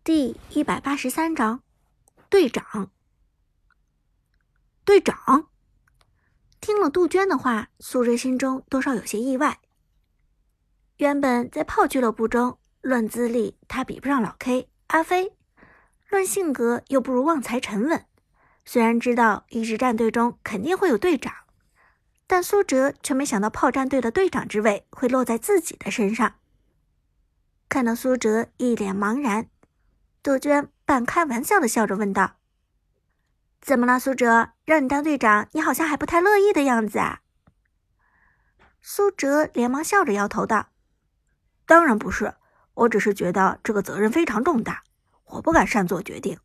第183章，队长。队长听了杜鹃的话，苏哲心中多少有些意外。原本在炮俱乐部中，论资历他比不上老 K、阿飞，论性格又不如旺财沉稳。虽然知道一支战队中肯定会有队长，但苏哲却没想到炮战队的队长之位会落在自己的身上。看到苏哲一脸茫然，杜鹃半开玩笑的笑着问道：“怎么了，苏哲？让你当队长，你好像还不太乐意的样子啊？”苏哲连忙笑着摇头道：“ 当然不是，我只是觉得这个责任非常重大，我不敢擅作决定。”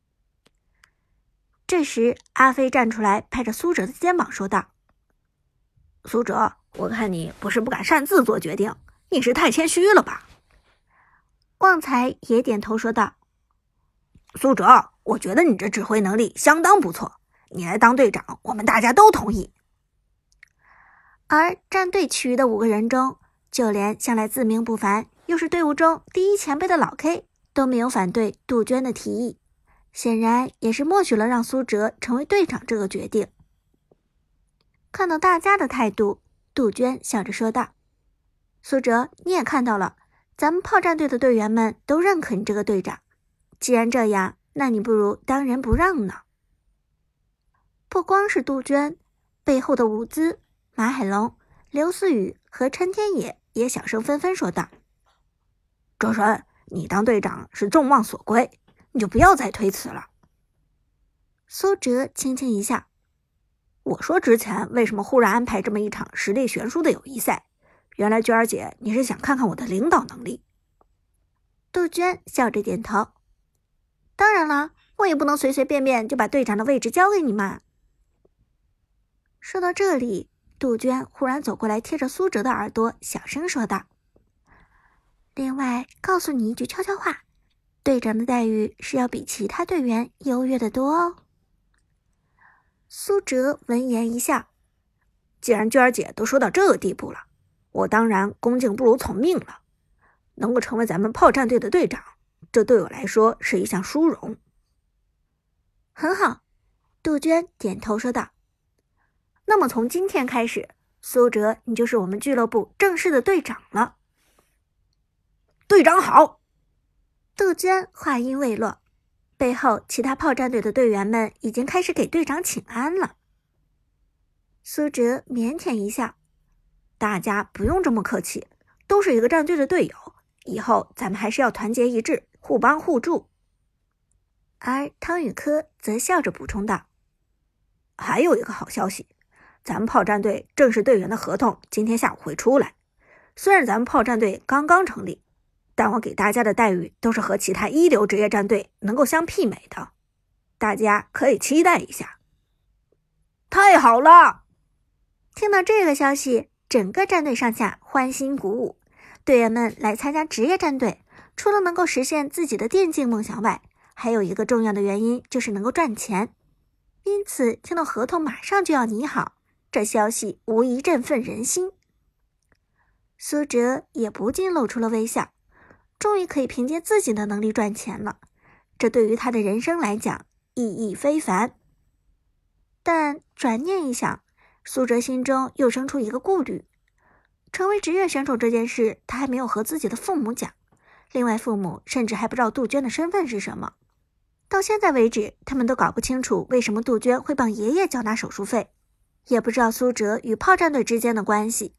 这时，阿飞站出来，拍着苏哲的肩膀说道：“ 苏哲，我看你不是不敢擅自做决定，你是太谦虚了吧？” 旺财也点头说道：“ 苏哲，我觉得你这指挥能力相当不错，你来当队长，我们大家都同意。” 而战队其余的5个人中，就连向来自命不凡，又是队伍中第一前辈的老 K 都没有反对杜鹃的提议，显然也是默许了让苏哲成为队长这个决定。看到大家的态度，杜鹃笑着说道：“苏哲，你也看到了，咱们炮战队的队员们都认可你这个队长，既然这样，那你不如当仁不让呢。”不光是杜鹃，背后的伍兹、马海龙、刘思雨和陈天野也小声纷纷说道：“ 哲神，你当队长是众望所归，你就不要再推辞了。” 苏哲轻轻一笑：“ 我说之前为什么忽然安排这么一场实力悬殊的友谊赛，原来娟儿姐你是想看看我的领导能力。” 杜鹃笑着点头：“当然了，我也不能随随便便就把队长的位置交给你嘛。”说到这里，杜鹃忽然走过来，贴着苏哲的耳朵小声说道：“另外告诉你一句悄悄话，队长的待遇是要比其他队员优越的多哦。”苏哲闻言一笑：“ 既然娟儿姐都说到这个地步了，我当然恭敬不如从命了。能够成为咱们炮战队的队长，这对我来说是一项殊荣。”“ 很好。”杜鹃点头说道：“那么从今天开始，苏哲你就是我们俱乐部正式的队长了。”“ 队长好！” 杜鹃话音未落，背后其他炮战队的队员们已经开始给队长请安了。苏哲腼腆一笑：“ 大家不用这么客气，都是一个战队的队友，以后咱们还是要团结一致，互帮互助。” 而汤宇科则笑着补充道：“ 还有一个好消息，咱们炮战队正式队员的合同今天下午会出来。虽然咱们炮战队刚刚成立，但我给大家的待遇都是和其他一流职业战队能够相媲美的，大家可以期待一下。”“ 太好了！” 听到这个消息，整个战队上下欢欣鼓舞。队员们来参加职业战队，除了能够实现自己的电竞梦想外，还有一个重要的原因就是能够赚钱。因此听到合同马上就要拟好，这消息无疑振奋人心。苏哲也不禁露出了微笑，终于可以凭借自己的能力赚钱了，这对于他的人生来讲意义非凡。但转念一想，苏哲心中又生出一个顾虑，成为职业选手这件事他还没有和自己的父母讲，另外父母甚至还不知道杜鹃的身份是什么。到现在为止，他们都搞不清楚为什么杜鹃会帮爷爷缴纳手术费，也不知道苏哲与炮战队之间的关系。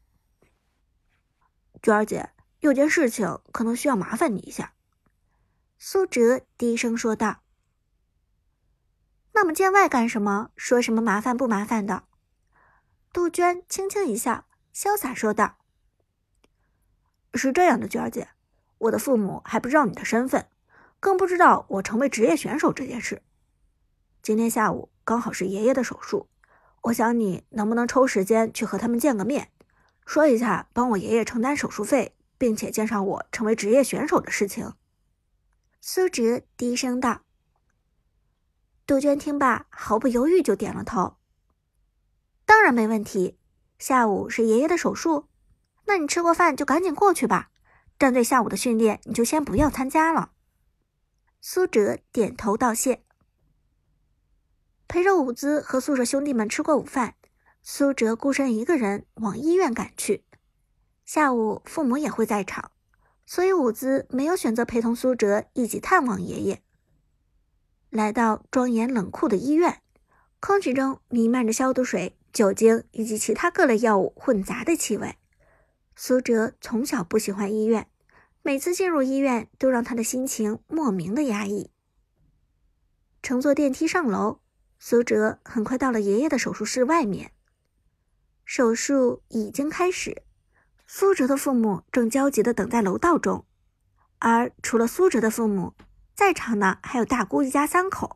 “娟儿姐，有件事情可能需要麻烦你一下。” 苏哲低声说道。“那么见外干什么？说什么麻烦不麻烦的？”杜鹃轻轻一笑，潇洒说道：“ 是这样的，娟儿姐，我的父母还不知道你的身份，更不知道我成为职业选手这件事。今天下午刚好是爷爷的手术，我想你能不能抽时间去和他们见个面，说一下帮我爷爷承担手术费，并且介绍我成为职业选手的事情。” 苏哲低声道。杜鹃听罢毫不犹豫就点了头：“当然没问题，下午是爷爷的手术，那你吃过饭就赶紧过去吧，战队下午的训练你就先不要参加了。” 苏哲点头道谢。陪着伍兹和宿舍兄弟们吃过午饭，苏哲孤身一个人往医院赶去。下午父母也会在场，所以伍兹没有选择陪同苏哲一起探望爷爷。来到庄严冷酷的医院，空气中弥漫着消毒水、酒精以及其他各类药物混杂的气味。苏哲从小不喜欢医院，每次进入医院都让他的心情莫名的压抑。乘坐电梯上楼，苏哲很快到了爷爷的手术室外面。手术已经开始，苏哲的父母正焦急地等在楼道中，而除了苏哲的父母，在场的还有大姑一家3口。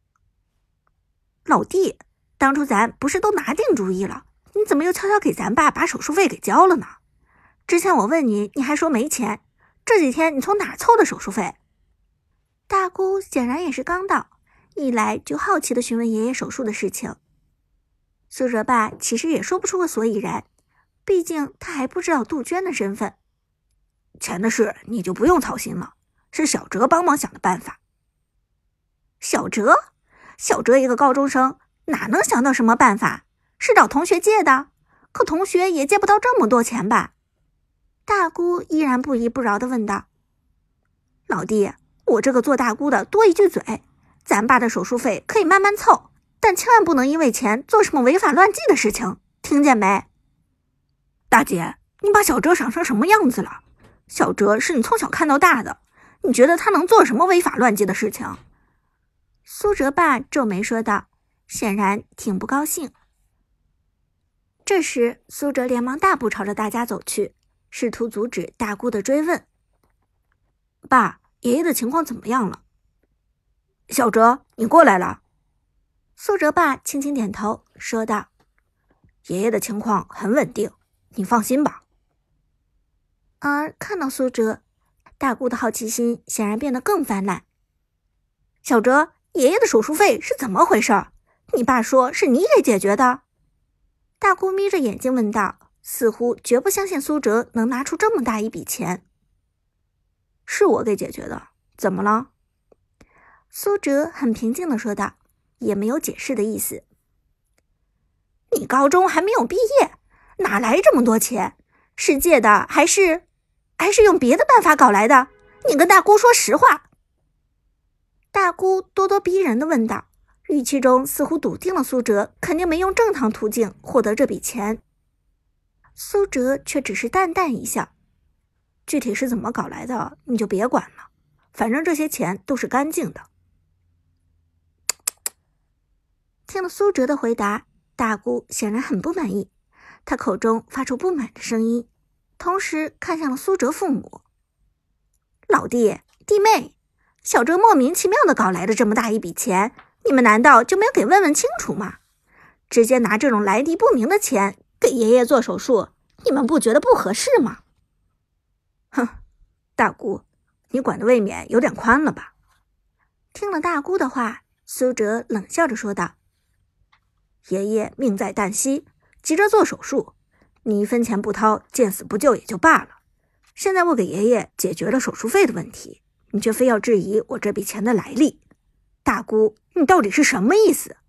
老弟，当初咱不是都拿定主意了，你怎么又悄悄给咱爸把手术费给交了呢？之前我问你，你还说没钱，这几天你从哪凑的手术费？大姑显然也是刚到，一来就好奇地询问爷爷手术的事情。苏哲爸其实也说不出个所以然，毕竟他还不知道杜鹃的身份。 钱的事你就不用操心了，是小哲帮忙想的办法。 小哲一个高中生，哪能想到什么办法？是找同学借的，可同学也借不到这么多钱吧？大姑依然不依不饶地问道。老弟，我这个做大姑的多一句嘴，咱爸的手术费可以慢慢凑，但千万不能因为钱做什么违法乱纪的事情，听见没？ 大姐，你把小哲想成什么样子了？小哲是你从小看到大的，你觉得他能做什么违法乱纪的事情？ 苏哲爸皱眉说道，显然挺不高兴。这时，苏哲连忙大步朝着大家走去，试图阻止大姑的追问。 爸，爷爷的情况怎么样了？小哲，你过来了。 苏哲爸轻轻点头，说道： 爷爷的情况很稳定，你放心吧。 而看到苏哲，大姑的好奇心显然变得更泛滥。小哲，爷爷的手术费是怎么回事？你爸说是你给解决的？大姑眯着眼睛问道，似乎绝不相信苏哲能拿出这么大一笔钱。 是我给解决的，怎么了？ 苏哲很平静地说道，也没有解释的意思。你高中还没有毕业，哪来这么多钱？是借的还是用别的办法搞来的？你跟大姑说实话。大姑咄咄逼人地问道，语气中似乎笃定了苏哲肯定没用正当途径获得这笔钱。苏哲却只是淡淡一笑， 具体是怎么搞来的你就别管了，反正这些钱都是干净的。 听了苏哲的回答，大姑显然很不满意，她口中发出不满的声音，同时看向了苏哲父母。老弟弟妹，小哲莫名其妙的搞来的这么大一笔钱，你们难道就没有给问清楚吗？直接拿这种来历不明的钱给爷爷做手术，你们不觉得不合适吗？ 哼，大姑，你管的未免有点宽了吧？ 听了大姑的话，苏哲冷笑着说道： 爷爷命在旦夕，急着做手术，你一分钱不掏，见死不救也就罢了。现在我给爷爷解决了手术费的问题，你却非要质疑我这笔钱的来历。大姑，你到底是什么意思？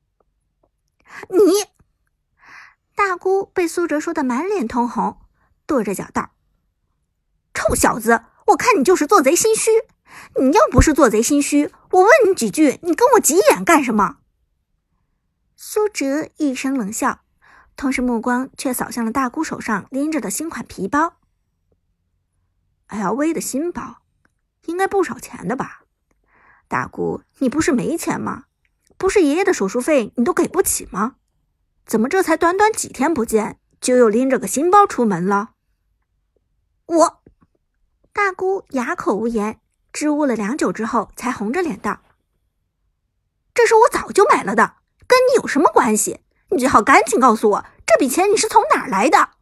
你……大姑被苏哲说得满脸通红，跺着脚道：臭小子，我看你就是做贼心虚。你要不是做贼心虚，我问你几句，你跟我急眼干什么？苏哲一声冷笑，同时目光却扫向了大姑手上拎着的新款皮包。 LV 的新包，应该不少钱的吧？大姑，你不是没钱吗？不是爷爷的手术费你都给不起吗？怎么这才短短几天不见，就又拎着个新包出门了？ 大姑哑口无言，支吾了良久之后才红着脸道：这是我早就买了的，跟你有什么关系？你最好赶紧告诉我，这笔钱你是从哪儿来的？